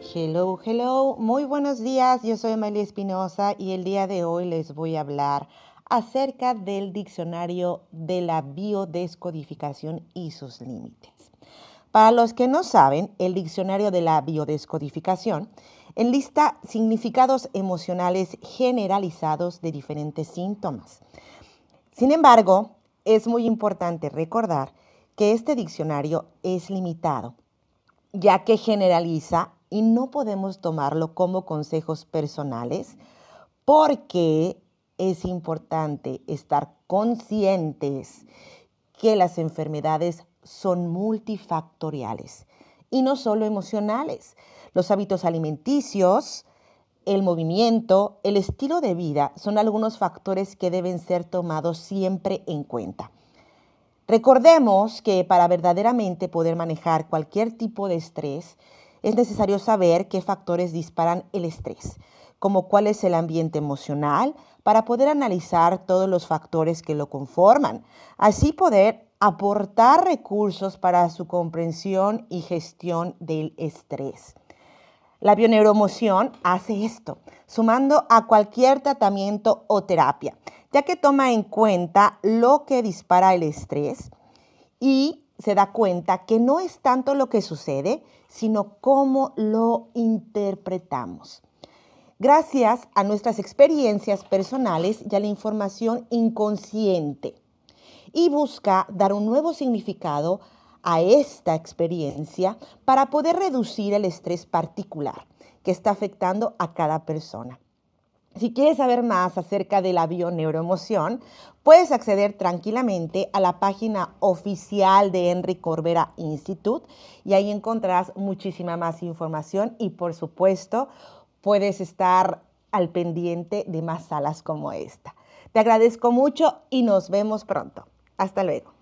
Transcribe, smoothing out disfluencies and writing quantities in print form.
Hello, hello, muy buenos días. Yo soy Amalia Espinosa y el día de hoy les voy a hablar acerca del diccionario de la biodescodificación y sus límites. Para los que no saben, el diccionario de la biodescodificación enlista significados emocionales generalizados de diferentes síntomas. Sin embargo, es muy importante recordar que este diccionario es limitado, ya que generaliza y no podemos tomarlo como consejos personales porque es importante estar conscientes que las enfermedades son multifactoriales y no solo emocionales. Los hábitos alimenticios, el movimiento, el estilo de vida son algunos factores que deben ser tomados siempre en cuenta. Recordemos que para verdaderamente poder manejar cualquier tipo de estrés, es necesario saber qué factores disparan el estrés, como cuál es el ambiente emocional, para poder analizar todos los factores que lo conforman, así poder aportar recursos para su comprensión y gestión del estrés. La bioneuroemoción hace esto, sumando a cualquier tratamiento o terapia, ya que toma en cuenta lo que dispara el estrés y se da cuenta que no es tanto lo que sucede, sino cómo lo interpretamos. Gracias a nuestras experiencias personales y a la información inconsciente. Y busca dar un nuevo significado a esta experiencia para poder reducir el estrés particular que está afectando a cada persona. Si quieres saber más acerca de la bioneuroemoción, puedes acceder tranquilamente a la página oficial de Enric Corbera Institute y ahí encontrarás muchísima más información y, por supuesto, puedes estar al pendiente de más salas como esta. Te agradezco mucho y nos vemos pronto. Hasta luego.